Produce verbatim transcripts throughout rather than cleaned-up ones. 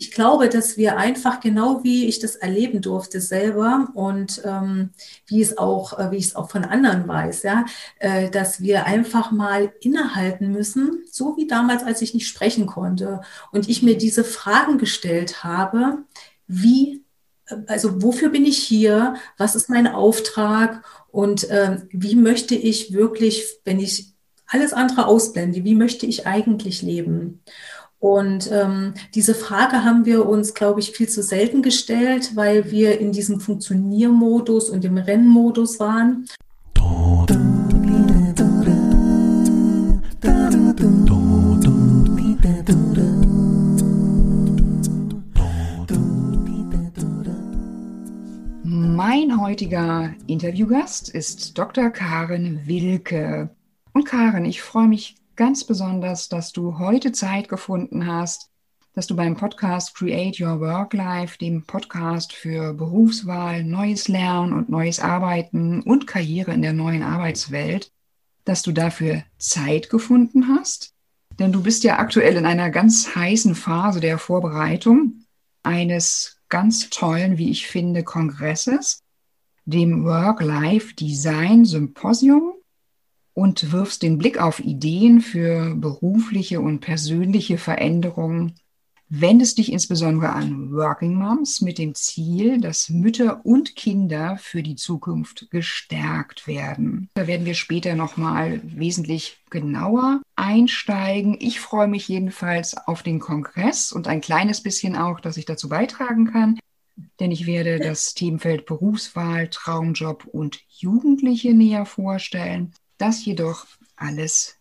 ich glaube, dass wir einfach, genau wie ich das erleben durfte selber und ähm, wie es auch, äh, wie ich es auch von anderen weiß, ja, äh, dass wir einfach mal innehalten müssen, so wie damals, als ich nicht sprechen konnte und ich mir diese Fragen gestellt habe, wie, äh, also wofür bin ich hier, was ist mein Auftrag und ähm, wie möchte ich wirklich, wenn ich alles andere ausblende, wie möchte ich eigentlich leben? Und ähm, diese Frage haben wir uns, glaube ich, viel zu selten gestellt, weil wir in diesem Funktioniermodus und im Rennmodus waren. Mein heutiger Interviewgast ist Doktor Karen Wilke. Und Karen, ich freue mich ganz besonders, dass du heute Zeit gefunden hast, dass du beim Podcast Create Your Work Life, dem Podcast für Berufswahl, neues Lernen und neues Arbeiten und Karriere in der neuen Arbeitswelt, dass du dafür Zeit gefunden hast. Denn du bist ja aktuell in einer ganz heißen Phase der Vorbereitung eines ganz tollen, wie ich finde, Kongresses, dem Work-Life-Design-Symposium, und wirfst den Blick auf Ideen für berufliche und persönliche Veränderungen, wendest dich insbesondere an Working Moms mit dem Ziel, dass Mütter und Kinder für die Zukunft gestärkt werden. Da werden wir später nochmal wesentlich genauer einsteigen. Ich freue mich jedenfalls auf den Kongress und ein kleines bisschen auch, dass ich dazu beitragen kann, denn ich werde das Themenfeld Berufswahl, Traumjob und Jugendliche näher vorstellen. Das jedoch alles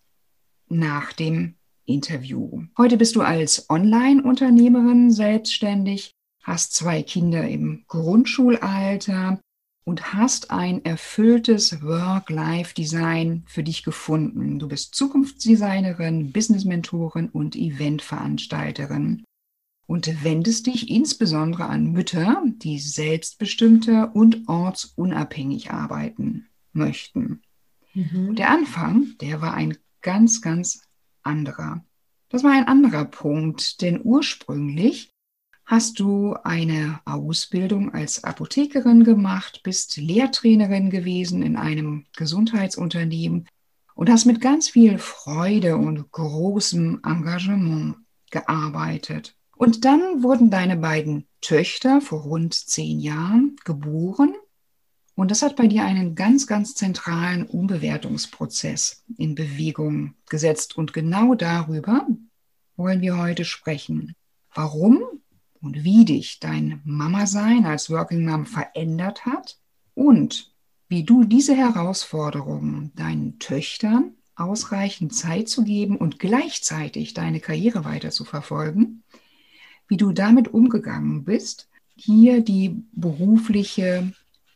nach dem Interview. Heute bist du als Online-Unternehmerin selbstständig, hast zwei Kinder im Grundschulalter und hast ein erfülltes Work-Life-Design für dich gefunden. Du bist Zukunftsdesignerin, Business-Mentorin und Eventveranstalterin und wendest dich insbesondere an Mütter, die selbstbestimmter und ortsunabhängig arbeiten möchten. Mhm. Der Anfang, der war ein ganz, ganz anderer. Das war ein anderer Punkt, denn ursprünglich hast du eine Ausbildung als Apothekerin gemacht, bist Lehrtrainerin gewesen in einem Gesundheitsunternehmen und hast mit ganz viel Freude und großem Engagement gearbeitet. Und dann wurden deine beiden Töchter vor rund zehn Jahren geboren. Und das hat bei dir einen ganz, ganz zentralen Umbewertungsprozess in Bewegung gesetzt. Und genau darüber wollen wir heute sprechen. Warum und wie dich dein Mama-Sein als Working Mom verändert hat und wie du diese Herausforderungen deinen Töchtern ausreichend Zeit zu geben und gleichzeitig deine Karriere weiter zu verfolgen, wie du damit umgegangen bist, hier die berufliche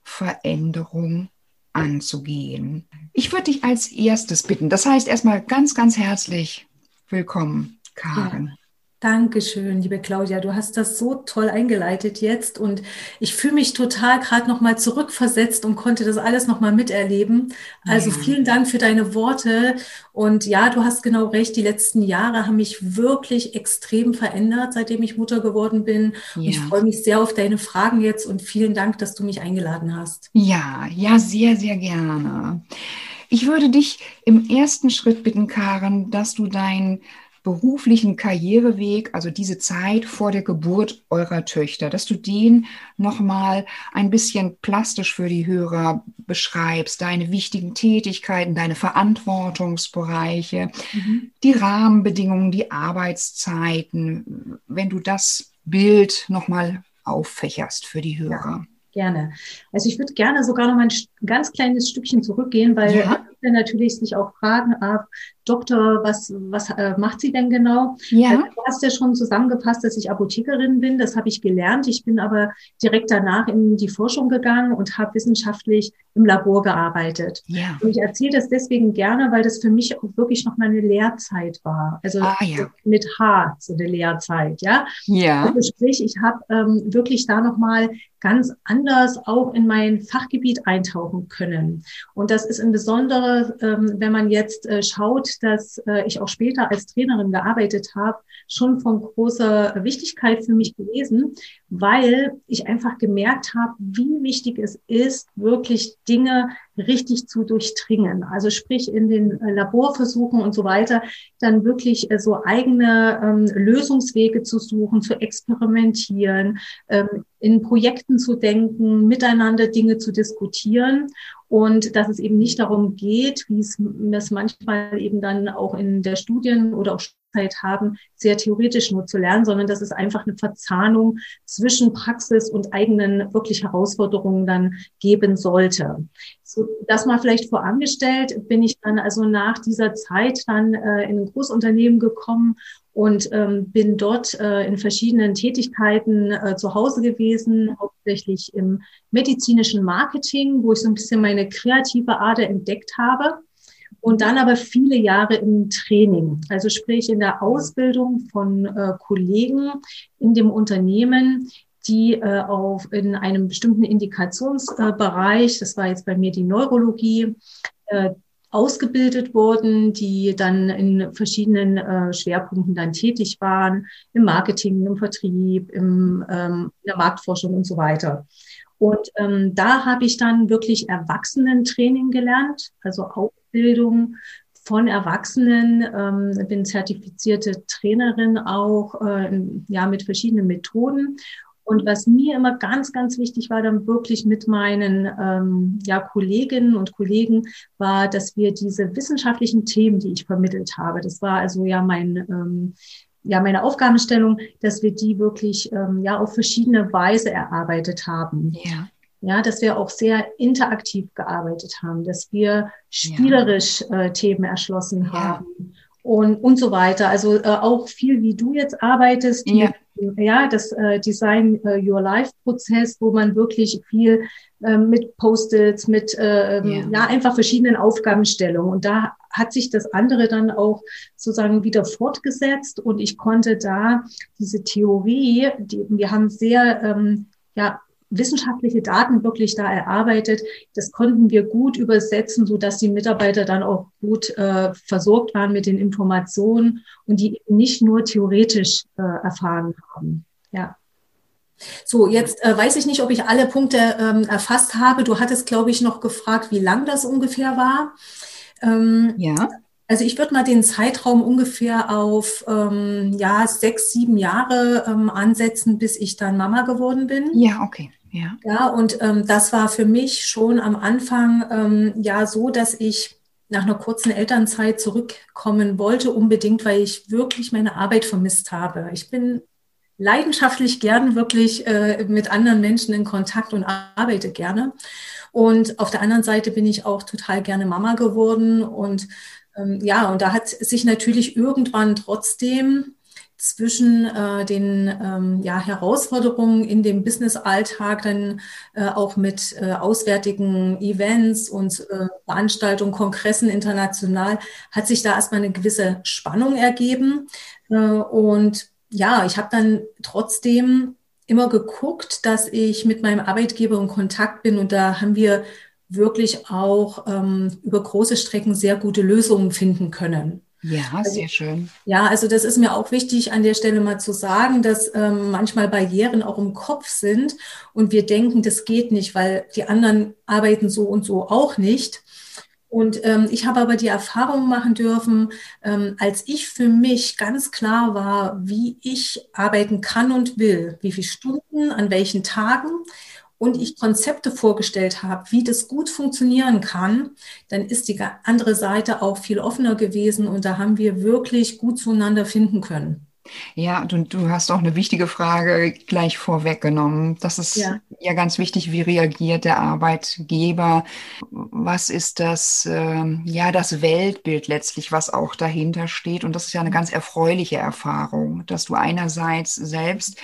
Veränderung anzugehen. Ich würde dich als erstes bitten, das heißt erstmal ganz, ganz herzlich willkommen, Karen. Ja. Dankeschön, liebe Claudia. Du hast das so toll eingeleitet jetzt und ich fühle mich total gerade nochmal zurückversetzt und konnte das alles nochmal miterleben. Also ja. Vielen Dank für deine Worte. Und ja, du hast genau recht, die letzten Jahre haben mich wirklich extrem verändert, seitdem ich Mutter geworden bin. Ja. Und ich freue mich sehr auf deine Fragen jetzt und vielen Dank, dass du mich eingeladen hast. Ja, ja, sehr, sehr gerne. Ich würde dich im ersten Schritt bitten, Karen, dass du dein beruflichen Karriereweg, also diese Zeit vor der Geburt eurer Töchter, dass du den nochmal ein bisschen plastisch für die Hörer beschreibst, deine wichtigen Tätigkeiten, deine Verantwortungsbereiche, mhm. die Rahmenbedingungen, die Arbeitszeiten, wenn du das Bild nochmal auffächerst für die Hörer. Ja. Gerne. Also ich würde gerne sogar noch mal ein ganz kleines Stückchen zurückgehen, weil ja. viele natürlich sich auch fragen, ah, Doktor, was, was äh, macht sie denn genau? Ja. Also du hast ja schon zusammengefasst, dass ich Apothekerin bin, das habe ich gelernt. Ich bin aber direkt danach in die Forschung gegangen und habe wissenschaftlich im Labor gearbeitet. Ja. Und ich erzähle das deswegen gerne, weil das für mich auch wirklich noch mal eine Lehrzeit war. Also ah, ja. mit H, so eine Lehrzeit, ja. Ja. Also sprich, ich habe ähm, wirklich da noch mal ganz anders auch in mein Fachgebiet eintauchen können. Und das ist insbesondere, ähm, wenn man jetzt äh, schaut, dass äh, ich auch später als Trainerin gearbeitet habe, schon von großer Wichtigkeit für mich gewesen, weil ich einfach gemerkt habe, wie wichtig es ist, wirklich Dinge richtig zu durchdringen. Also sprich in den Laborversuchen und so weiter, dann wirklich so eigene ähm, Lösungswege zu suchen, zu experimentieren, ähm, in Projekten zu denken, miteinander Dinge zu diskutieren. Und dass es eben nicht darum geht, wie es, es manchmal eben dann auch in der Studien- oder auch Zeit haben, sehr theoretisch nur zu lernen, sondern dass es einfach eine Verzahnung zwischen Praxis und eigenen wirklich Herausforderungen dann geben sollte. So, das mal vielleicht vorangestellt, bin ich dann also nach dieser Zeit dann äh, in ein Großunternehmen gekommen und ähm, bin dort äh, in verschiedenen Tätigkeiten äh, zu Hause gewesen, hauptsächlich im medizinischen Marketing, wo ich so ein bisschen meine kreative Ader entdeckt habe. Und dann aber viele Jahre im Training, also sprich in der Ausbildung von äh, Kollegen in dem Unternehmen, die äh, auf in einem bestimmten Indikationsbereich, äh, das war jetzt bei mir die Neurologie, äh, ausgebildet wurden, die dann in verschiedenen äh, Schwerpunkten dann tätig waren, im Marketing, im Vertrieb, im, ähm, in der Marktforschung und so weiter. Und ähm, da habe ich dann wirklich Erwachsenentraining gelernt, also Ausbildung von Erwachsenen, ähm, bin zertifizierte Trainerin auch, äh, ja, mit verschiedenen Methoden. Und was mir immer ganz, ganz wichtig war, dann wirklich mit meinen ähm, ja, Kolleginnen und Kollegen, war, dass wir diese wissenschaftlichen Themen, die ich vermittelt habe, das war also ja mein ähm, ja meine Aufgabenstellung, dass wir die wirklich ähm, ja auf verschiedene Weise erarbeitet haben. Ja. Ja, dass wir auch sehr interaktiv gearbeitet haben, dass wir spielerisch ja. äh, Themen erschlossen ja. haben und und so weiter. Also äh, auch viel, wie du jetzt arbeitest, ja, mit, ja das äh, Design äh, Your Life Prozess, wo man wirklich viel äh, mit Post-its, mit äh, ja. ja einfach verschiedenen Aufgabenstellungen. Und da hat sich das andere dann auch sozusagen wieder fortgesetzt und ich konnte da diese Theorie, die wir haben sehr ähm, ja wissenschaftliche Daten wirklich da erarbeitet. Das konnten wir gut übersetzen, so dass die Mitarbeiter dann auch gut äh, versorgt waren mit den Informationen und die eben nicht nur theoretisch äh, erfahren haben. Ja. So, jetzt äh, weiß ich nicht, ob ich alle Punkte ähm, erfasst habe. Du hattest, glaube ich, noch gefragt, wie lang das ungefähr war. Ähm, ja. Also ich würde mal den Zeitraum ungefähr auf ähm, ja sechs, sieben Jahre ähm, ansetzen, bis ich dann Mama geworden bin. Ja, okay. Ja, ja und ähm, das war für mich schon am Anfang ähm, ja so, dass ich nach einer kurzen Elternzeit zurückkommen wollte, unbedingt, weil ich wirklich meine Arbeit vermisst habe. Ich bin leidenschaftlich gern wirklich äh, mit anderen Menschen in Kontakt und arbeite gerne. Und auf der anderen Seite bin ich auch total gerne Mama geworden. Und ähm, ja, und da hat sich natürlich irgendwann trotzdem zwischen äh, den ähm, ja, Herausforderungen in dem Business-Alltag, dann äh, auch mit äh, auswärtigen Events und äh, Veranstaltungen, Kongressen international, hat sich da erstmal eine gewisse Spannung ergeben. Äh, und ja, ich habe dann trotzdem immer geguckt, dass ich mit meinem Arbeitgeber in Kontakt bin und da haben wir wirklich auch ähm, über große Strecken sehr gute Lösungen finden können. Ja, also, sehr schön. Ja, also das ist mir auch wichtig an der Stelle mal zu sagen, dass ähm, manchmal Barrieren auch im Kopf sind und wir denken, das geht nicht, weil die anderen arbeiten so und so auch nicht. Und ähm, ich habe aber die Erfahrung machen dürfen, ähm, als ich für mich ganz klar war, wie ich arbeiten kann und will, wie viele Stunden, an welchen Tagen, und ich Konzepte vorgestellt habe, wie das gut funktionieren kann, dann ist die andere Seite auch viel offener gewesen und da haben wir wirklich gut zueinander finden können. Ja, du, du hast auch eine wichtige Frage gleich vorweggenommen. Das ist ja. ja ganz wichtig, wie reagiert der Arbeitgeber? Was ist das, ähm, ja, das Weltbild letztlich, was auch dahinter steht? Und das ist ja eine ganz erfreuliche Erfahrung, dass du einerseits selbst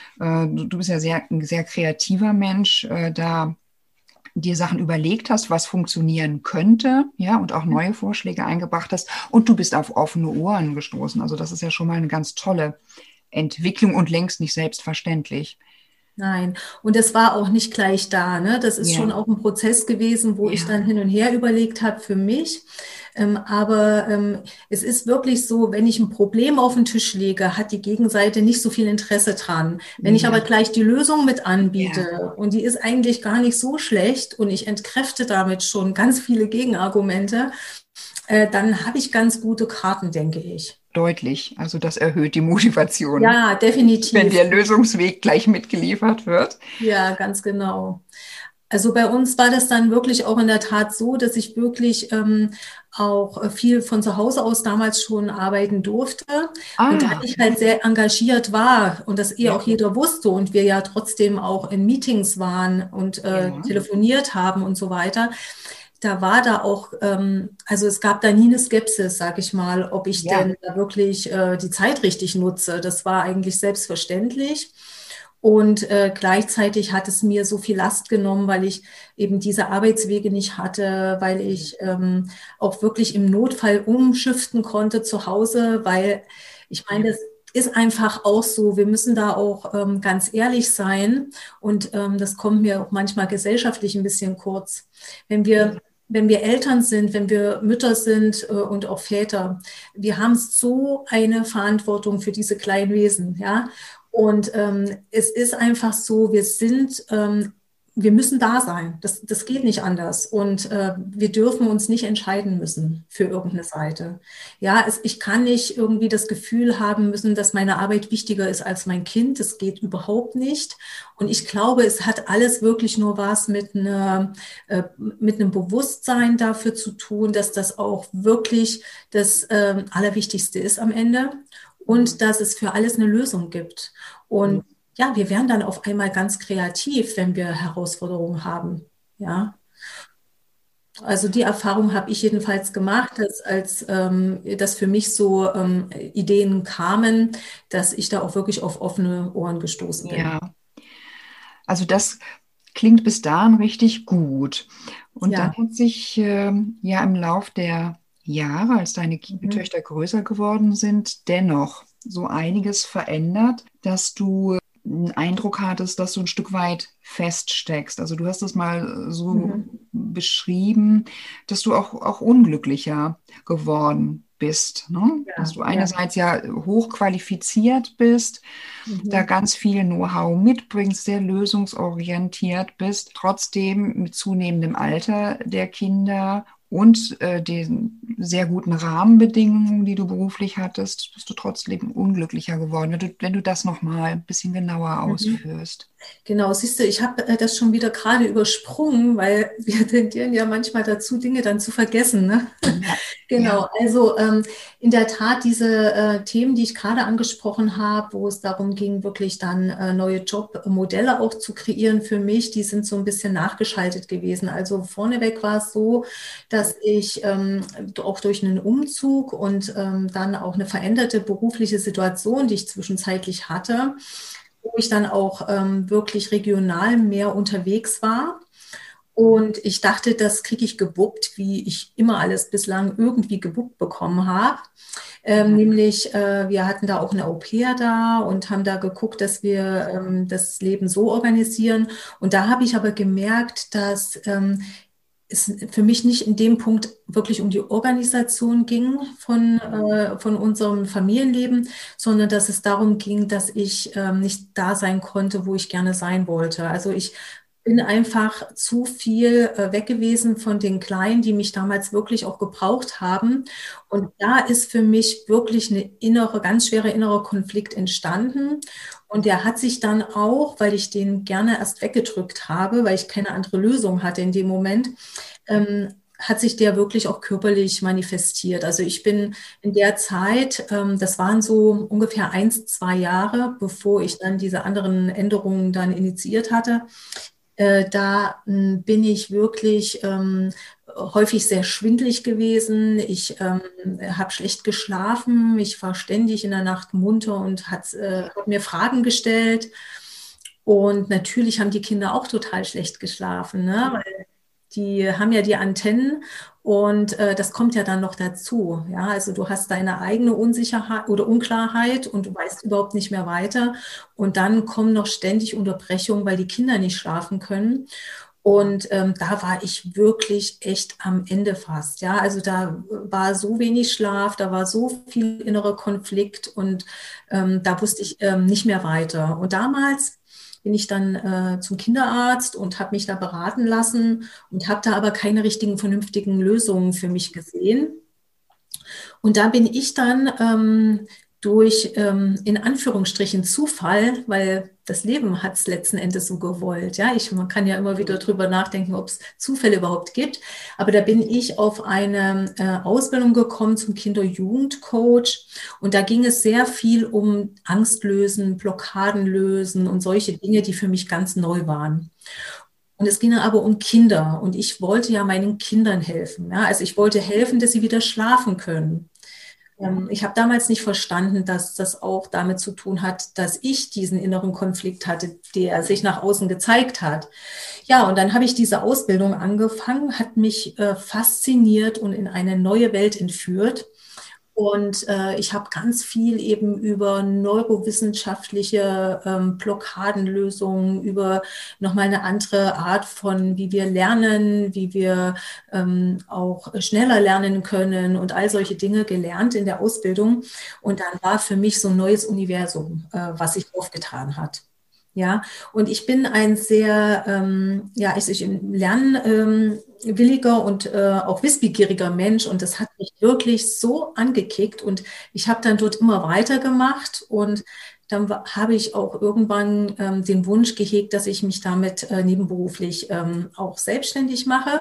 Du bist ja sehr, ein sehr kreativer Mensch, äh, da dir Sachen überlegt hast, was funktionieren könnte, ja, und auch neue Vorschläge eingebracht hast. Und du bist auf offene Ohren gestoßen. Also das ist ja schon mal eine ganz tolle Entwicklung und längst nicht selbstverständlich. Nein. Und es war auch nicht gleich da, ne? Das ist schon Ja, auch ein Prozess gewesen, wo ich ja, dann hin und her überlegt habe für mich. Ähm, aber ähm, es ist wirklich so, wenn ich ein Problem auf den Tisch lege, hat die Gegenseite nicht so viel Interesse dran. Wenn ich aber ja, gleich die Lösung mit ja, anbiete und die ist eigentlich gar nicht so schlecht und ich entkräfte damit schon ganz viele Gegenargumente, äh, dann habe ich ganz gute Karten, denke ich. deutlich. Also das erhöht die Motivation, Ja, wenn definitiv. der Lösungsweg gleich mitgeliefert wird. Ja, ganz genau. Also bei uns war das dann wirklich auch in der Tat so, dass ich wirklich ähm, auch äh, viel von zu Hause aus damals schon arbeiten durfte. Und da Ah, ich halt sehr engagiert war und das eh ja, auch jeder wusste und wir ja trotzdem auch in Meetings waren und äh, ja, telefoniert haben und so weiter, da war da auch, ähm, also es gab da nie eine Skepsis, sag ich mal, ob ich ja, denn da wirklich äh, die Zeit richtig nutze. Das war eigentlich selbstverständlich. Und äh, gleichzeitig hat es mir so viel Last genommen, weil ich eben diese Arbeitswege nicht hatte, weil ich ähm, auch wirklich im Notfall umschiften konnte zu Hause, weil ich ja, meine, das ist einfach auch so, wir müssen da auch ähm, ganz ehrlich sein und ähm, das kommt mir auch manchmal gesellschaftlich ein bisschen kurz. Wenn wir, wenn wir Eltern sind, wenn wir Mütter sind äh, und auch Väter, wir haben so eine Verantwortung für diese kleinen Wesen, ja. Und ähm, es ist einfach so, wir sind, ähm, wir müssen da sein. Das, das geht nicht anders. Und äh, wir dürfen uns nicht entscheiden müssen für irgendeine Seite. Ja, es, ich kann nicht irgendwie das Gefühl haben müssen, dass meine Arbeit wichtiger ist als mein Kind. Das geht überhaupt nicht. Und ich glaube, es hat alles wirklich nur was mit einer, äh, mit einem Bewusstsein dafür zu tun, dass das auch wirklich das ähm, Allerwichtigste ist am Ende und dass es für alles eine Lösung gibt. Und ja, wir werden dann auf einmal ganz kreativ, wenn wir Herausforderungen haben. Ja, also die Erfahrung habe ich jedenfalls gemacht, dass als ähm, dass für mich so ähm, Ideen kamen, dass ich da auch wirklich auf offene Ohren gestoßen bin. ja. Also das klingt bis dahin richtig gut. Und dann Ja. hat sich ähm, ja im Lauf der Jahre, als deine Ki- Mhm. Töchter größer geworden sind, dennoch so einiges verändert, dass du einen Eindruck hattest, dass du ein Stück weit feststeckst. Also du hast es mal so Mhm. beschrieben, dass du auch, auch unglücklicher geworden bist, ne? Dass Ja, du ja. einerseits ja hochqualifiziert bist, da Mhm. ganz viel Know-how mitbringst, sehr lösungsorientiert bist, trotzdem mit zunehmendem Alter der Kinder und äh, den sehr guten Rahmenbedingungen, die du beruflich hattest, bist du trotzdem unglücklicher geworden, wenn du, wenn du das nochmal ein bisschen genauer Mhm. ausführst. Genau, siehst du, ich habe äh, das schon wieder gerade übersprungen, weil wir tendieren ja manchmal dazu, Dinge dann zu vergessen. Ne? Ja, ja, Genau, also ähm, in der Tat diese äh, Themen, die ich gerade angesprochen habe, wo es darum ging, wirklich dann äh, neue Jobmodelle auch zu kreieren für mich, die sind so ein bisschen nachgeschaltet gewesen. Also vorneweg war es so, dass ich ähm, auch durch einen Umzug und ähm, dann auch eine veränderte berufliche Situation, die ich zwischenzeitlich hatte, wo ich dann auch ähm, wirklich regional mehr unterwegs war. Und ich dachte, das kriege ich gewuppt, wie ich immer alles bislang irgendwie gewuppt bekommen habe. Ähm, nämlich, äh, wir hatten da auch eine Au-pair da und haben da geguckt, dass wir ähm, das Leben so organisieren. Und da habe ich aber gemerkt, dass ähm, es für mich nicht in dem Punkt wirklich um die Organisation ging von, äh, von unserem Familienleben, sondern dass es darum ging, dass ich ähm, nicht da sein konnte, wo ich gerne sein wollte. Also ich bin einfach zu viel äh, weg gewesen von den Kleinen, die mich damals wirklich auch gebraucht haben. Und da ist für mich wirklich eine innere, ganz schwere innere Konflikt entstanden. Und der hat sich dann auch, weil ich den gerne erst weggedrückt habe, weil ich keine andere Lösung hatte in dem Moment, ähm, hat sich der wirklich auch körperlich manifestiert. Also ich bin in der Zeit, ähm, das waren so ungefähr eins, zwei Jahre, bevor ich dann diese anderen Änderungen dann initiiert hatte, äh, da mh, bin ich wirklich ähm, häufig sehr schwindlig gewesen. Ich ähm, habe schlecht geschlafen. Ich war ständig in der Nacht munter und hat, äh, hat mir Fragen gestellt. Und natürlich haben die Kinder auch total schlecht geschlafen, ne? Weil die haben ja die Antennen und äh, das kommt ja dann noch dazu. Ja, also du hast deine eigene Unsicherheit oder Unklarheit und du weißt überhaupt nicht mehr weiter. Und dann kommen noch ständig Unterbrechungen, weil die Kinder nicht schlafen können. Und ähm, da war ich wirklich echt am Ende fast. Ja, also da war so wenig Schlaf, da war so viel innerer Konflikt und ähm, da wusste ich ähm, nicht mehr weiter. Und damals bin ich dann äh, zum Kinderarzt und habe mich da beraten lassen und habe da aber keine richtigen, vernünftigen Lösungen für mich gesehen. Und da bin ich dann ähm, durch, ähm, in Anführungsstrichen, Zufall, weil das Leben hat es letzten Endes so gewollt. Ja, ich, man kann ja immer wieder drüber nachdenken, ob es Zufälle überhaupt gibt. Aber da bin ich auf eine äh, Ausbildung gekommen zum Kinder-Jugend-Coach. Und da ging es sehr viel um Angstlösen, Blockaden lösen und solche Dinge, die für mich ganz neu waren. Und es ging aber um Kinder. Und ich wollte ja meinen Kindern helfen. Ja? Also ich wollte helfen, dass sie wieder schlafen können. Ähm, ich habe damals nicht verstanden, dass das auch damit zu tun hat, dass ich diesen inneren Konflikt hatte, der sich nach außen gezeigt hat. Ja, und dann habe ich diese Ausbildung angefangen, hat mich äh, fasziniert und in eine neue Welt entführt. Und äh, ich habe ganz viel eben über neurowissenschaftliche ähm, Blockadenlösungen, über nochmal eine andere Art von, wie wir lernen, wie wir ähm, auch schneller lernen können und all solche Dinge gelernt in der Ausbildung. Und dann war für mich so ein neues Universum, äh, was sich aufgetan hat. Ja, und ich bin ein sehr, ähm, ja, ich, ich lernwilliger ähm, und äh, auch wissbegieriger Mensch und das hat mich wirklich so angekickt und ich habe dann dort immer weitergemacht und dann habe ich auch irgendwann ähm, den Wunsch gehegt, dass ich mich damit äh, nebenberuflich ähm, auch selbstständig mache.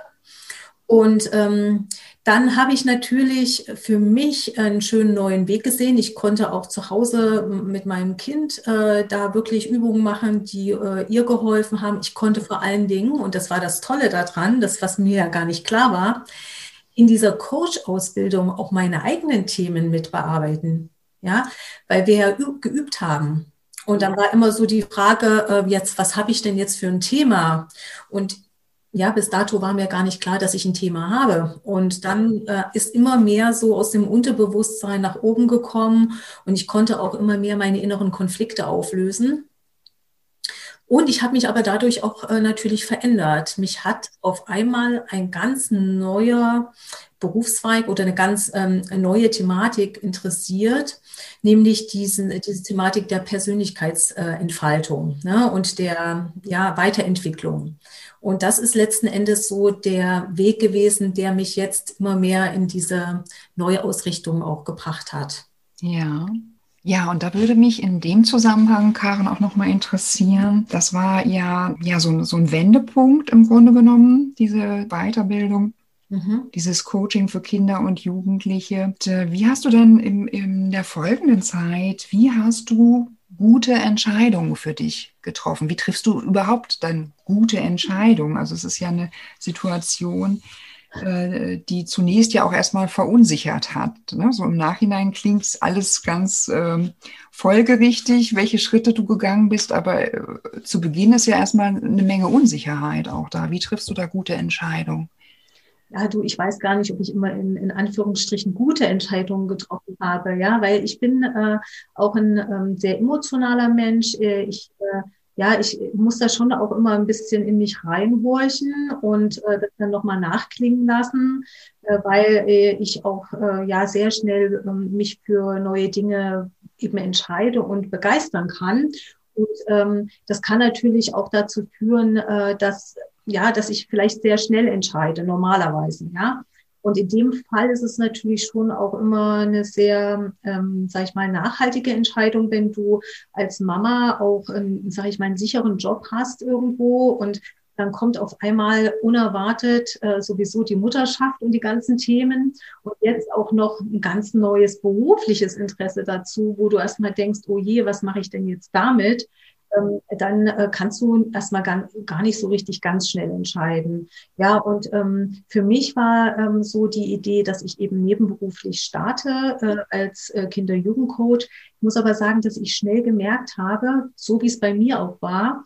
Und ähm, dann habe ich natürlich für mich einen schönen neuen Weg gesehen. Ich konnte auch zu Hause mit meinem Kind äh, da wirklich Übungen machen, die äh, ihr geholfen haben. Ich konnte vor allen Dingen, und das war das Tolle daran, das, was mir ja gar nicht klar war, in dieser Coach-Ausbildung auch meine eigenen Themen mit bearbeiten. Ja, weil wir ja geübt haben. Und dann war immer so die Frage, äh, jetzt, was habe ich denn jetzt für ein Thema? Und ja, bis dato war mir gar nicht klar, dass ich ein Thema habe. Und dann äh, ist immer mehr so aus dem Unterbewusstsein nach oben gekommen und ich konnte auch immer mehr meine inneren Konflikte auflösen. Und ich habe mich aber dadurch auch äh, natürlich verändert. Mich hat auf einmal ein ganz neuer Berufszweig oder eine ganz ähm, neue Thematik interessiert, nämlich diesen, diese Thematik der Persönlichkeitsentfaltung, ne, und der ja, Weiterentwicklung. Und das ist letzten Endes so der Weg gewesen, der mich jetzt immer mehr in diese neue Ausrichtung auch gebracht hat. Ja. Ja, und da würde mich in dem Zusammenhang, Karen, auch nochmal interessieren. Das war ja, ja so, so ein Wendepunkt im Grunde genommen, diese Weiterbildung, mhm. dieses Coaching für Kinder und Jugendliche. Und, äh, wie hast du denn im, in der folgenden Zeit, wie hast du gute Entscheidungen für dich getroffen? Wie triffst du überhaupt dann gute Entscheidungen? Also es ist ja eine Situation, die zunächst ja auch erstmal verunsichert hat. Ne? So im Nachhinein klingt alles ganz ähm, folgerichtig, welche Schritte du gegangen bist, aber äh, zu Beginn ist ja erstmal eine Menge Unsicherheit auch da. Wie triffst du da gute Entscheidungen? Ja, du, ich weiß gar nicht, ob ich immer in, in Anführungsstrichen gute Entscheidungen getroffen habe, ja, weil ich bin äh, auch ein ähm, sehr emotionaler Mensch. Ich äh, Ja, ich muss da schon auch immer ein bisschen in mich reinhorchen und äh, das dann nochmal nachklingen lassen, äh, weil äh, ich auch äh, ja sehr schnell äh, mich für neue Dinge eben entscheide und begeistern kann. Und ähm, das kann natürlich auch dazu führen, äh, dass ja, dass ich vielleicht sehr schnell entscheide, normalerweise, ja. Und in dem Fall ist es natürlich schon auch immer eine sehr, ähm, sage ich mal, nachhaltige Entscheidung, wenn du als Mama auch, ähm, sage ich mal, einen sicheren Job hast irgendwo und dann kommt auf einmal unerwartet äh, sowieso die Mutterschaft und die ganzen Themen und jetzt auch noch ein ganz neues berufliches Interesse dazu, wo du erstmal denkst, oh je, was mache ich denn jetzt damit? Ähm, dann äh, kannst du erstmal gar, gar nicht so richtig ganz schnell entscheiden. Ja, und ähm, für mich war ähm, so die Idee, dass ich eben nebenberuflich starte äh, als äh, Kinder-Jugendcoach. Ich muss aber sagen, dass ich schnell gemerkt habe, so wie es bei mir auch war,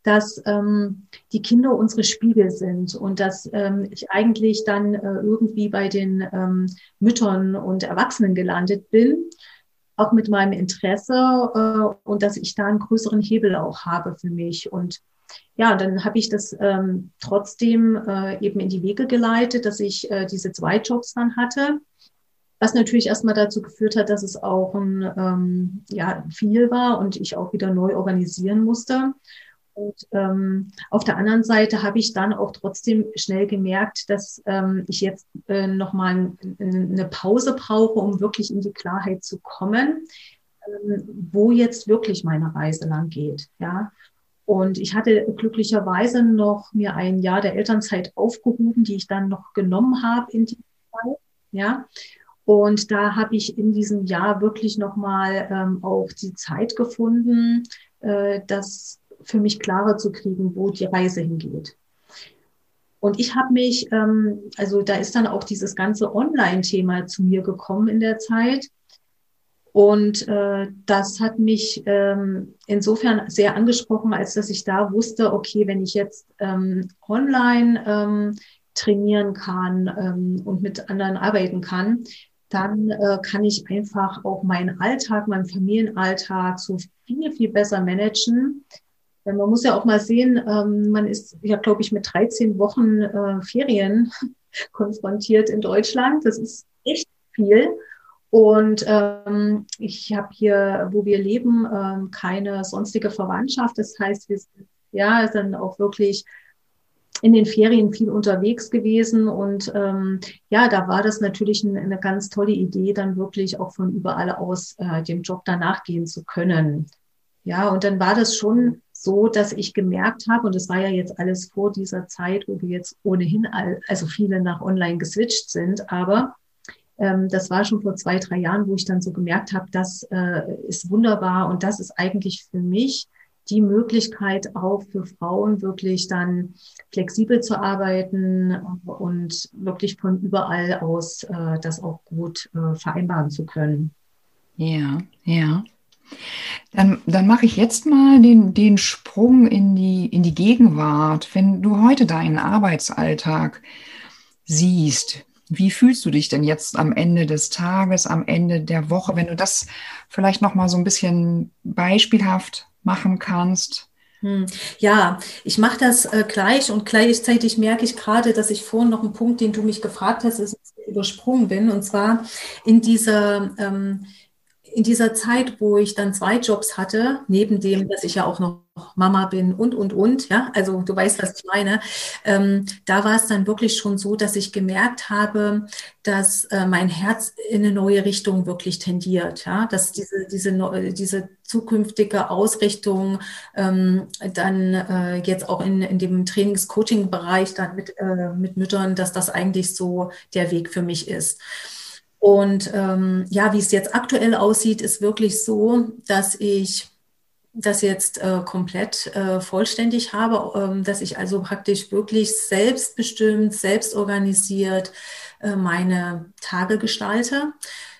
dass ähm, die Kinder unsere Spiegel sind und dass ähm, ich eigentlich dann äh, irgendwie bei den ähm, Müttern und Erwachsenen gelandet bin, auch mit meinem Interesse äh, und dass ich da einen größeren Hebel auch habe für mich. Und ja, dann habe ich das ähm, trotzdem äh, eben in die Wege geleitet, dass ich äh, diese zwei Jobs dann hatte, was natürlich erstmal dazu geführt hat, dass es auch ein, ähm, ja, viel war und ich auch wieder neu organisieren musste. Und ähm, auf der anderen Seite habe ich dann auch trotzdem schnell gemerkt, dass ähm, ich jetzt äh, nochmal ein, eine Pause brauche, um wirklich in die Klarheit zu kommen, ähm, wo jetzt wirklich meine Reise lang geht. Ja. Und ich hatte glücklicherweise noch mir ein Jahr der Elternzeit aufgehoben, die ich dann noch genommen habe in die Zeit. Ja. Und da habe ich in diesem Jahr wirklich nochmal ähm, auch die Zeit gefunden, äh, das für mich klarer zu kriegen, wo die Reise hingeht. Und ich habe mich, ähm, also da ist dann auch dieses ganze Online-Thema zu mir gekommen in der Zeit. Und äh, das hat mich ähm, insofern sehr angesprochen, als dass ich da wusste, okay, wenn ich jetzt ähm, online ähm, trainieren kann ähm, und mit anderen arbeiten kann, dann äh, kann ich einfach auch meinen Alltag, meinen Familienalltag so viel, viel besser managen. Denn man muss ja auch mal sehen, ähm, man ist ja, glaube ich, mit dreizehn Wochen äh, Ferien konfrontiert in Deutschland. Das ist echt viel. Und ähm, ich habe hier, wo wir leben, ähm, keine sonstige Verwandtschaft. Das heißt, wir sind ja dann auch wirklich in den Ferien viel unterwegs gewesen. Und ähm, ja, da war das natürlich eine, eine ganz tolle Idee, dann wirklich auch von überall aus äh, dem Job danach gehen zu können. Ja, und dann war das schon so, dass ich gemerkt habe, und das war ja jetzt alles vor dieser Zeit, wo wir jetzt ohnehin, all, also viele nach online geswitcht sind, aber ähm, das war schon vor zwei, drei Jahren, wo ich dann so gemerkt habe, das äh, ist wunderbar und das ist eigentlich für mich die Möglichkeit auch für Frauen wirklich dann flexibel zu arbeiten und wirklich von überall aus äh, das auch gut äh, vereinbaren zu können. Ja, ja. Dann, dann mache ich jetzt mal den, den Sprung in die, in die Gegenwart. Wenn du heute deinen Arbeitsalltag siehst, wie fühlst du dich denn jetzt am Ende des Tages, am Ende der Woche, wenn du das vielleicht noch mal so ein bisschen beispielhaft machen kannst? Hm. Ja, ich mache das äh, gleich und gleichzeitig merke ich gerade, dass ich vorhin noch einen Punkt, den du mich gefragt hast, ist, übersprungen bin. Und zwar in dieser ähm, in dieser Zeit, wo ich dann zwei Jobs hatte, neben dem, dass ich ja auch noch Mama bin und, und, und, ja, also du weißt, was ich meine, ähm, da war es dann wirklich schon so, dass ich gemerkt habe, dass äh, mein Herz in eine neue Richtung wirklich tendiert, ja, dass diese, diese, diese zukünftige Ausrichtung ähm, dann äh, jetzt auch in, in dem Trainings-Coaching-Bereich dann mit, äh, mit Müttern, dass das eigentlich so der Weg für mich ist. Und ähm, ja, wie es jetzt aktuell aussieht, ist wirklich so, dass ich das jetzt äh, komplett äh, vollständig habe, ähm, dass ich also praktisch wirklich selbstbestimmt, selbstorganisiert äh, meine Tage gestalte.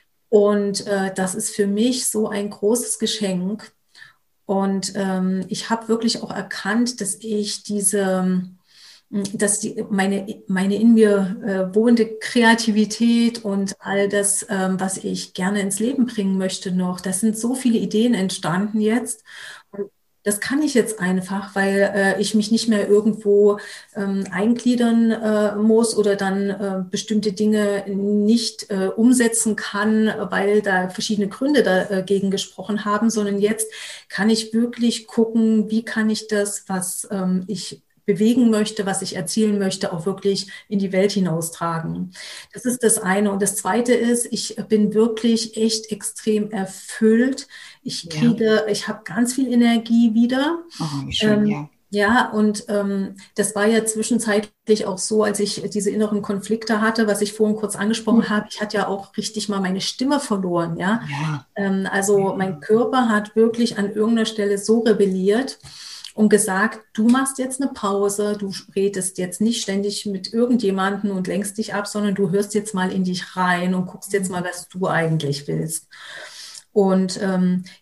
Und äh, das ist für mich so ein großes Geschenk. Und ähm, ich habe wirklich auch erkannt, dass ich diese dass die, meine, meine in mir äh, wohnende Kreativität und all das, ähm, was ich gerne ins Leben bringen möchte noch, das sind so viele Ideen entstanden jetzt. Und das kann ich jetzt einfach, weil äh, ich mich nicht mehr irgendwo ähm, eingliedern äh, muss oder dann äh, bestimmte Dinge nicht äh, umsetzen kann, weil da verschiedene Gründe dagegen gesprochen haben, sondern jetzt kann ich wirklich gucken, wie kann ich das, was ähm, ich bewegen möchte, was ich erzielen möchte, auch wirklich in die Welt hinaustragen. Das ist das eine. Und das zweite ist, ich bin wirklich echt extrem erfüllt. Ich Ja. kriege, ich habe ganz viel Energie wieder. Oh, wie schön, Ähm, ja. ja, und ähm, das war ja zwischenzeitlich auch so, als ich diese inneren Konflikte hatte, was ich vorhin kurz angesprochen habe. Ich hatte ja auch richtig mal meine Stimme verloren, ja. Ja. Ähm, also mein Körper hat wirklich an irgendeiner Stelle so rebelliert und gesagt, du machst jetzt eine Pause, du redest jetzt nicht ständig mit irgendjemandem und lenkst dich ab, sondern du hörst jetzt mal in dich rein und guckst jetzt mal, was du eigentlich willst. Und ähm,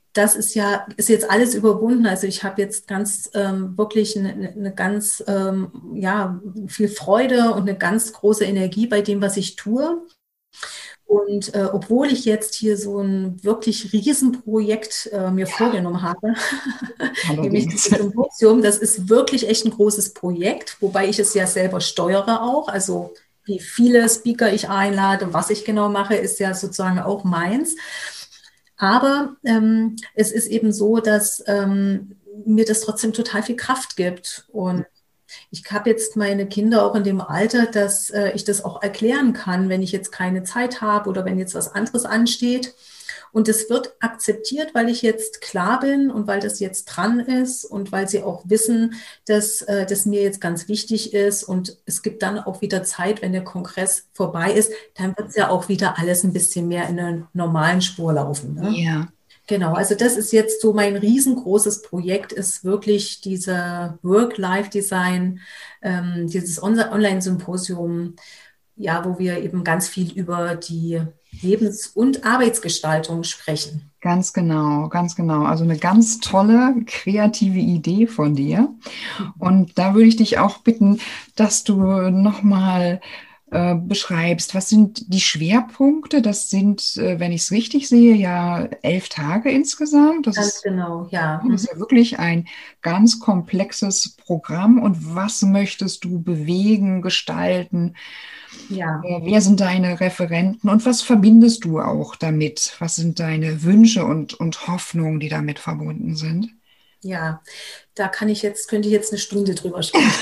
das ist ja, ist jetzt alles überwunden. Also ich habe jetzt ganz ähm, wirklich eine, eine ganz, ähm, ja, viel Freude und eine ganz große Energie bei dem, was ich tue. Und äh, obwohl ich jetzt hier so ein wirklich Riesenprojekt äh, mir vorgenommen habe, nämlich Allerdings. dieses Symposium, das ist wirklich echt ein großes Projekt, wobei ich es ja selber steuere auch. Also wie viele Speaker ich einlade, was ich genau mache, ist ja sozusagen auch meins. Aber ähm, es ist eben so, dass ähm, mir das trotzdem total viel Kraft gibt. Und ich habe jetzt meine Kinder auch in dem Alter, dass äh, ich das auch erklären kann, wenn ich jetzt keine Zeit habe oder wenn jetzt was anderes ansteht. Und es wird akzeptiert, weil ich jetzt klar bin und weil das jetzt dran ist und weil sie auch wissen, dass äh, das mir jetzt ganz wichtig ist. Und es gibt dann auch wieder Zeit, wenn der Kongress vorbei ist, dann wird es ja auch wieder alles ein bisschen mehr in einer normalen Spur laufen. Ne? Ja. Genau, also das ist jetzt so mein riesengroßes Projekt, ist wirklich dieser Work-Life-Design, ähm, dieses On- Online-Symposium, ja, wo wir eben ganz viel über die Lebens- und Arbeitsgestaltung sprechen. Ganz genau, ganz genau. Also eine ganz tolle, kreative Idee von dir. Und da würde ich dich auch bitten, dass du nochmal äh, beschreibst, was sind die Schwerpunkte? Das sind, äh, wenn ich es richtig sehe, ja elf Tage insgesamt. Das Ganz ist, genau, ja. das Mhm. ist ja wirklich ein ganz komplexes Programm. Und was möchtest du bewegen, gestalten? Ja. Äh, Wer sind deine Referenten und was verbindest du auch damit? Was sind deine Wünsche und, und Hoffnungen, die damit verbunden sind? Ja, da kann ich jetzt, könnte ich jetzt eine Stunde drüber sprechen.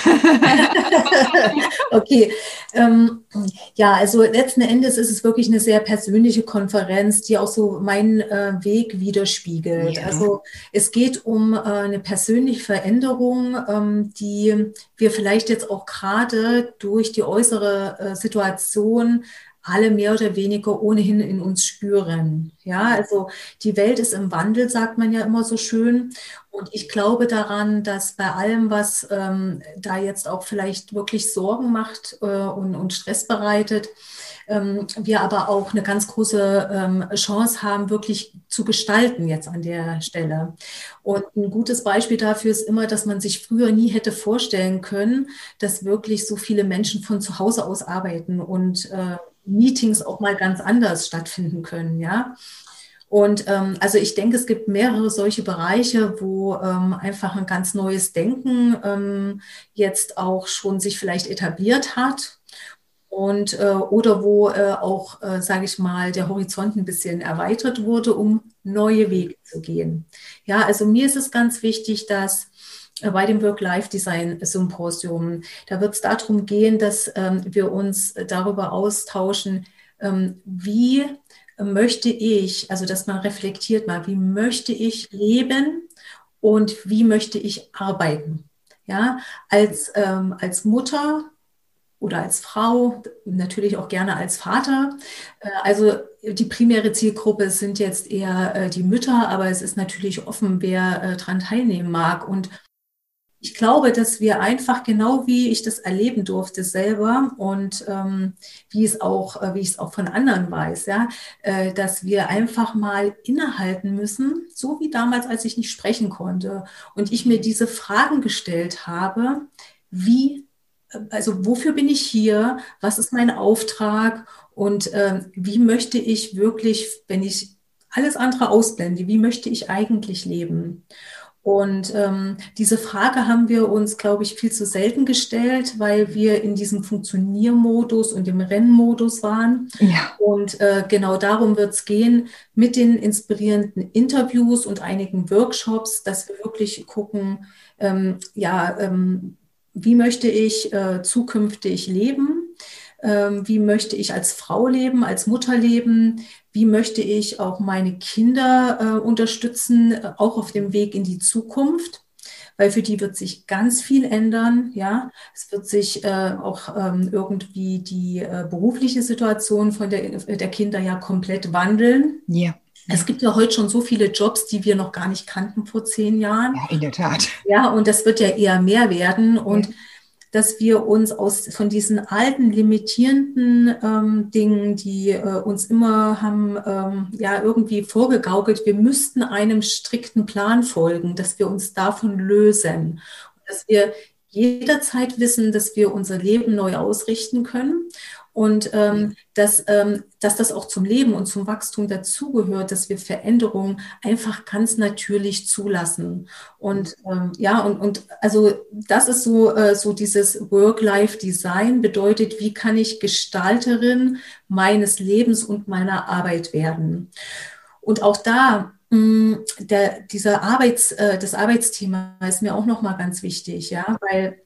Okay, ähm, ja, also letzten Endes ist es wirklich eine sehr persönliche Konferenz, die auch so meinen äh, Weg widerspiegelt. Ja, Also es geht um äh, eine persönliche Veränderung, ähm, die wir vielleicht jetzt auch gerade durch die äußere äh, Situation alle mehr oder weniger ohnehin in uns spüren. Ja, also die Welt ist im Wandel, sagt man ja immer so schön. Und ich glaube daran, dass bei allem, was ähm, da jetzt auch vielleicht wirklich Sorgen macht äh, und, und Stress bereitet, ähm, wir aber auch eine ganz große ähm, Chance haben, wirklich zu gestalten jetzt an der Stelle. Und ein gutes Beispiel dafür ist immer, dass man sich früher nie hätte vorstellen können, dass wirklich so viele Menschen von zu Hause aus arbeiten und äh, Meetings auch mal ganz anders stattfinden können, ja. Und ähm, also ich denke, es gibt mehrere solche Bereiche, wo ähm, einfach ein ganz neues Denken ähm, jetzt auch schon sich vielleicht etabliert hat und äh, oder wo äh, auch, äh, sage ich mal, der Horizont ein bisschen erweitert wurde, um neue Wege zu gehen. Ja, also mir ist es ganz wichtig, dass äh, bei dem Work-Life-Design-Symposium, da wird es darum gehen, dass ähm, wir uns darüber austauschen, ähm, wie möchte ich, also dass man reflektiert mal, wie möchte ich leben und wie möchte ich arbeiten? Ja, als, ähm, als Mutter oder als Frau, natürlich auch gerne als Vater. Äh, Also die primäre Zielgruppe sind jetzt eher äh, die Mütter, aber es ist natürlich offen, wer äh, daran teilnehmen mag. Und ich glaube, dass wir einfach genau wie ich das erleben durfte selber und ähm, wie es auch, äh, wie ich es auch von anderen weiß, ja, äh, dass wir einfach mal innehalten müssen, so wie damals, als ich nicht sprechen konnte und ich mir diese Fragen gestellt habe, wie, äh, also wofür bin ich hier, was ist mein Auftrag und äh, wie möchte ich wirklich, wenn ich alles andere ausblende, wie möchte ich eigentlich leben? Und ähm, diese Frage haben wir uns, glaube ich, viel zu selten gestellt, weil wir in diesem Funktioniermodus und dem Rennmodus waren. ja, Und äh, genau darum wird es gehen mit den inspirierenden Interviews und einigen Workshops, dass wir wirklich gucken, ähm, ja, ähm, wie möchte ich äh, zukünftig leben? Ähm, wie möchte ich als Frau leben, als Mutter leben? Wie möchte ich auch meine Kinder äh, unterstützen, äh, auch auf dem Weg in die Zukunft? Weil für die wird sich ganz viel ändern, ja. Es wird sich äh, auch ähm, irgendwie die äh, berufliche Situation von der, der Kinder ja komplett wandeln. ja, Es ja, gibt ja heute schon so viele Jobs, die wir noch gar nicht kannten vor zehn Jahren. ja, in der Tat. Ja, und das wird ja eher mehr werden. Ja, Und dass wir uns aus, von diesen alten, limitierenden ähm, Dingen, die äh, uns immer haben, ähm, ja, irgendwie vorgegaukelt, wir müssten einem strikten Plan folgen, dass wir uns davon lösen. Dass wir jederzeit wissen, dass wir unser Leben neu ausrichten können und ähm, dass, ähm, dass das auch zum Leben und zum Wachstum dazugehört, dass wir Veränderungen einfach ganz natürlich zulassen. Und ähm, ja, und, und also das ist so, äh, so dieses Work-Life-Design bedeutet, wie kann ich Gestalterin meines Lebens und meiner Arbeit werden? Und auch da, mh, der, dieser Arbeits, äh, das Arbeitsthema ist mir auch nochmal ganz wichtig, ja, weil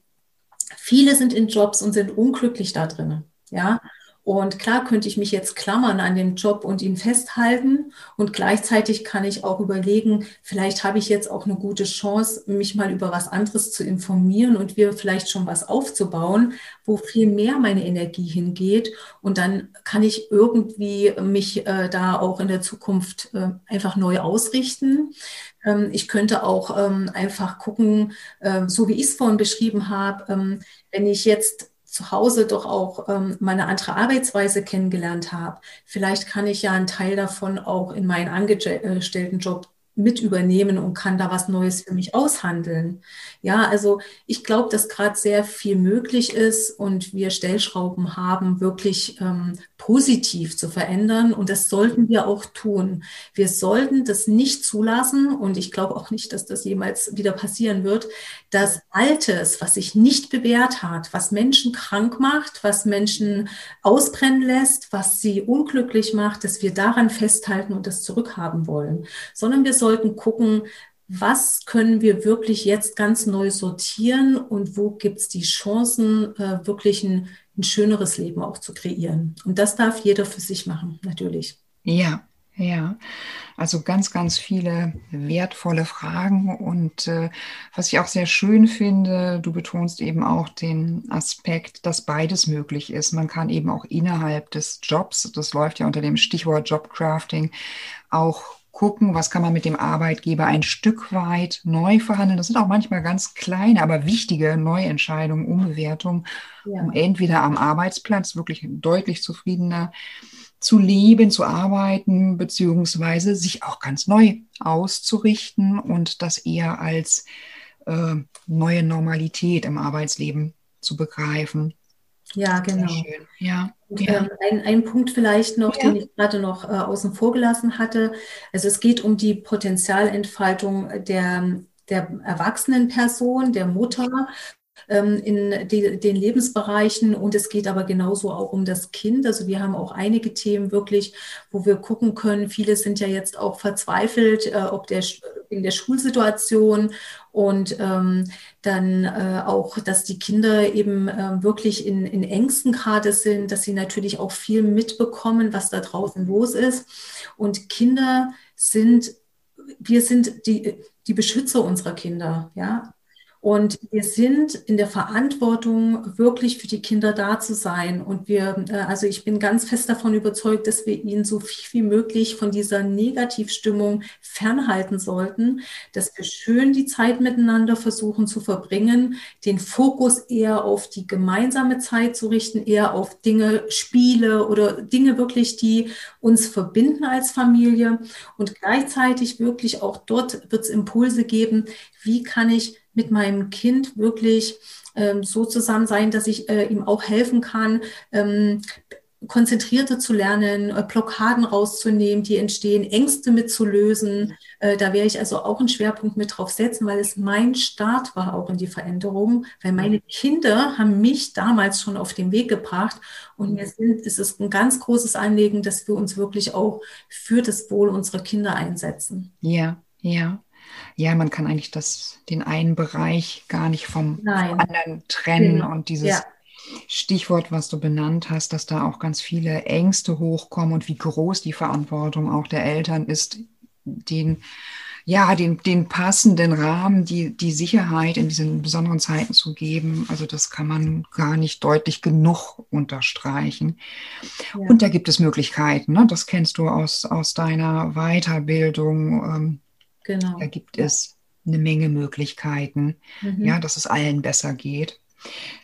viele sind in Jobs und sind unglücklich da drin. Ja, und klar könnte ich mich jetzt klammern an dem Job und ihn festhalten. Und gleichzeitig kann ich auch überlegen, vielleicht habe ich jetzt auch eine gute Chance, mich mal über was anderes zu informieren und wir vielleicht schon was aufzubauen, wo viel mehr meine Energie hingeht. Und dann kann ich irgendwie mich äh, da auch in der Zukunft äh, einfach neu ausrichten. Ähm, ich könnte auch ähm, einfach gucken, äh, so wie ich es vorhin beschrieben habe, ähm, wenn ich jetzt zu Hause doch auch ähm, meine andere Arbeitsweise kennengelernt habe, vielleicht kann ich ja einen Teil davon auch in meinen Angestelltenjob mit übernehmen und kann da was Neues für mich aushandeln. Ja, also ich glaube, dass gerade sehr viel möglich ist und wir Stellschrauben haben, wirklich ähm, positiv zu verändern und das sollten wir auch tun. Wir sollten das nicht zulassen und ich glaube auch nicht, dass das jemals wieder passieren wird, dass Altes, was sich nicht bewährt hat, was Menschen krank macht, was Menschen ausbrennen lässt, was sie unglücklich macht, dass wir daran festhalten und das zurückhaben wollen, sondern wir sollten gucken, was können wir wirklich jetzt ganz neu sortieren und wo gibt es die Chancen, äh, wirklich ein, ein schöneres Leben auch zu kreieren. Und das darf jeder für sich machen, natürlich. Ja, ja. Also ganz, ganz viele wertvolle Fragen. Und äh, was ich auch sehr schön finde, du betonst eben auch den Aspekt, dass beides möglich ist. Man kann eben auch innerhalb des Jobs, das läuft ja unter dem Stichwort Jobcrafting, auch gucken, was kann man mit dem Arbeitgeber ein Stück weit neu verhandeln. Das sind auch manchmal ganz kleine, aber wichtige Neuentscheidungen, Umbewertungen, um Ja. entweder am Arbeitsplatz wirklich deutlich zufriedener zu leben, zu arbeiten, beziehungsweise sich auch ganz neu auszurichten und das eher als äh, neue Normalität im Arbeitsleben zu begreifen. Ja, Sehr genau. schön. Ja, Und, ja, ähm, ein, ein Punkt vielleicht noch, ja, den ich gerade noch äh, außen vor gelassen hatte. Also es geht um die Potenzialentfaltung der, der erwachsenen Person, der Mutter ähm, in die, den Lebensbereichen und es geht aber genauso auch um das Kind. Also wir haben auch einige Themen wirklich, wo wir gucken können. Viele sind ja jetzt auch verzweifelt, äh, ob der in der Schulsituation und ähm, dann äh, auch, dass die Kinder eben äh, wirklich in, in Ängsten gerade sind, dass sie natürlich auch viel mitbekommen, was da draußen los ist. Und Kinder sind, wir sind die, die Beschützer unserer Kinder, ja. Und wir sind in der Verantwortung, wirklich für die Kinder da zu sein. Und wir, äh, also ich bin ganz fest davon überzeugt, dass wir ihnen so viel wie möglich von dieser Negativstimmung fernhalten sollten, dass wir schön die Zeit miteinander versuchen zu verbringen, den Fokus eher auf die gemeinsame Zeit zu richten, eher auf Dinge, Spiele oder Dinge wirklich, die uns verbinden als Familie. Und gleichzeitig wirklich auch dort wird es Impulse geben, wie kann ich mit meinem Kind wirklich ähm, so zusammen sein, dass ich äh, ihm auch helfen kann, ähm, konzentrierter zu lernen, äh, Blockaden rauszunehmen, die entstehen, Ängste mitzulösen. Äh, da werde ich also auch einen Schwerpunkt mit drauf setzen, weil es mein Start war auch in die Veränderung, weil meine Kinder haben mich damals schon auf den Weg gebracht und mir sind, ist es ein ganz großes Anliegen, dass wir uns wirklich auch für das Wohl unserer Kinder einsetzen. ja, ja. Ja, man kann eigentlich das, den einen Bereich gar nicht vom, vom Nein, anderen trennen. genau. Und Ja, dieses Stichwort, was du benannt hast, dass da auch ganz viele Ängste hochkommen und wie groß die Verantwortung auch der Eltern ist, den, ja, den, den passenden Rahmen, die, die Sicherheit in diesen besonderen Zeiten zu geben. Also das kann man gar nicht deutlich genug unterstreichen. ja, Und da gibt es Möglichkeiten, ne? Das kennst du aus, aus deiner Weiterbildung. Ähm, da genau. gibt Ja. es eine Menge Möglichkeiten, ja, Mhm. dass es allen besser geht.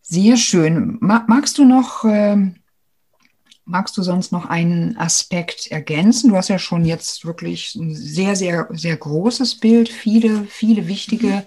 Sehr schön. Ma- Magst du noch, ähm, magst du sonst noch einen Aspekt ergänzen? Du hast ja schon jetzt wirklich ein sehr, sehr, sehr großes Bild, viele, viele wichtige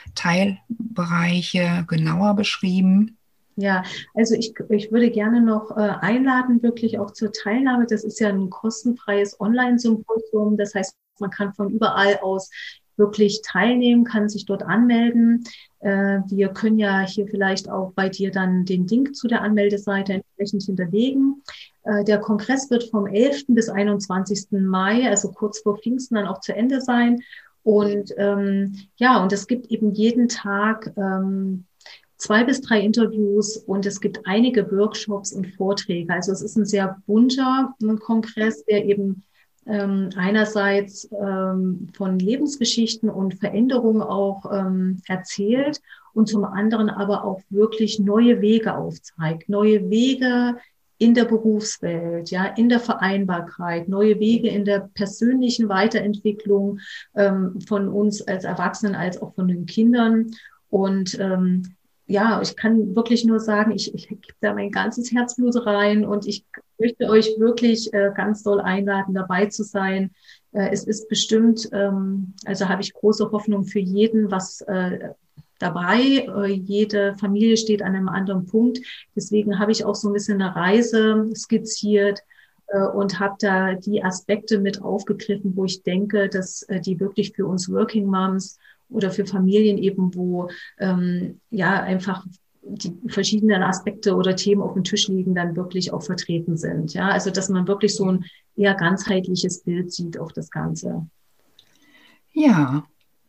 Teilbereiche genauer beschrieben. Ja, also ich, ich würde gerne noch äh, einladen, wirklich auch zur Teilnahme. Das ist ja ein kostenfreies Online-Symposium. Das heißt, man kann von überall aus wirklich teilnehmen, kann sich dort anmelden. Äh, wir können ja hier vielleicht auch bei dir dann den Link zu der Anmeldeseite entsprechend hinterlegen. Äh, der Kongress wird vom elften bis einundzwanzigsten Mai, also kurz vor Pfingsten, dann auch zu Ende sein. Und ähm, ja, und es gibt eben jeden Tag ähm, zwei bis drei Interviews und es gibt einige Workshops und Vorträge. Also es ist ein sehr bunter Kongress, der eben ähm, einerseits ähm, von Lebensgeschichten und Veränderungen auch ähm, erzählt und zum anderen aber auch wirklich neue Wege aufzeigt, neue Wege in der Berufswelt, ja, in der Vereinbarkeit, neue Wege in der persönlichen Weiterentwicklung ähm, von uns als Erwachsenen als auch von den Kindern. Und ähm, ja, ich kann wirklich nur sagen, ich, ich gebe da mein ganzes Herzblut rein und ich möchte euch wirklich äh, ganz doll einladen, dabei zu sein. Äh, es ist bestimmt, ähm, also habe ich große Hoffnung für jeden, was äh, dabei. Äh, jede Familie steht an einem anderen Punkt. Deswegen habe ich auch so ein bisschen eine Reise skizziert äh, und habe da die Aspekte mit aufgegriffen, wo ich denke, dass äh, die wirklich für uns Working Moms oder für Familien eben, wo ähm, ja einfach die verschiedenen Aspekte oder Themen auf dem Tisch liegen, dann wirklich auch vertreten sind. Ja, also dass man wirklich so ein eher ganzheitliches Bild sieht auf das Ganze. Ja,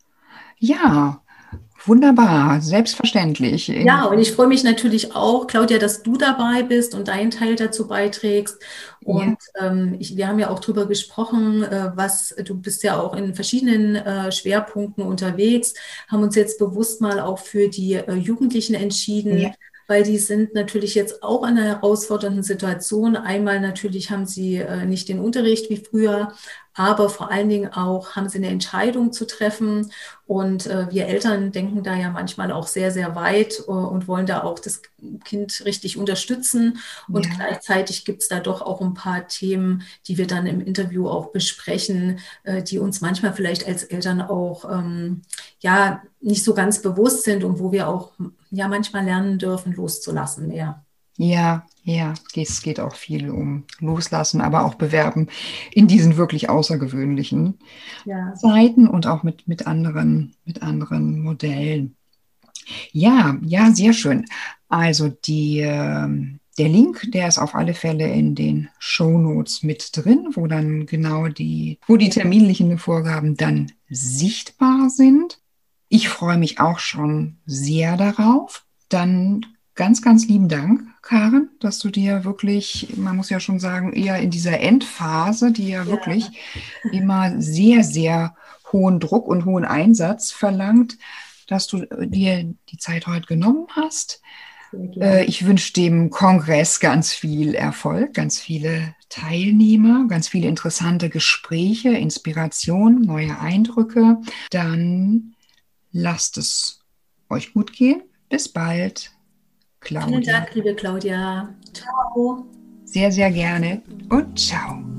ja, wunderbar, selbstverständlich. Ja, In, und ich freue mich natürlich auch, Claudia, dass du dabei bist und deinen Teil dazu beiträgst. Und ja, ähm, ich, wir haben ja auch drüber gesprochen, äh, was du bist ja auch in verschiedenen äh, Schwerpunkten unterwegs, haben uns jetzt bewusst mal auch für die äh, Jugendlichen ja, entschieden, weil die sind natürlich jetzt auch in einer herausfordernden Situation. Einmal natürlich haben sie äh, nicht den Unterricht wie früher, aber vor allen Dingen auch haben sie eine Entscheidung zu treffen. Und äh, wir Eltern denken da ja manchmal auch sehr, sehr weit äh, und wollen da auch das Kind richtig unterstützen. Und ja. gleichzeitig gibt es da doch auch ein paar Themen, die wir dann im Interview auch besprechen, äh, die uns manchmal vielleicht als Eltern auch ähm, ja nicht so ganz bewusst sind und wo wir auch ja manchmal lernen dürfen, loszulassen mehr. Ja, ja, es geht auch viel um Loslassen, aber auch Bewerben in diesen wirklich außergewöhnlichen Ja, Zeiten und auch mit, mit anderen, mit anderen Modellen. Ja, ja, sehr schön. Also die, ähm, der Link, der ist auf alle Fälle in den Shownotes mit drin, wo dann genau die, wo die terminlichen Vorgaben dann sichtbar sind. Ich freue mich auch schon sehr darauf. Dann ganz, ganz lieben Dank, Karen, dass du dir wirklich, man muss ja schon sagen, eher in dieser Endphase, die ja ja, wirklich immer sehr, sehr hohen Druck und hohen Einsatz verlangt, dass du dir die Zeit heute genommen hast. sehr Äh, gerne. Ich wünsche dem Kongress ganz viel Erfolg, ganz viele Teilnehmer, ganz viele interessante Gespräche, Inspiration, neue Eindrücke. Dann lasst es euch gut gehen. Bis bald, Vielen Claudia. Dank, liebe Claudia. Ciao. Sehr, sehr gerne und ciao.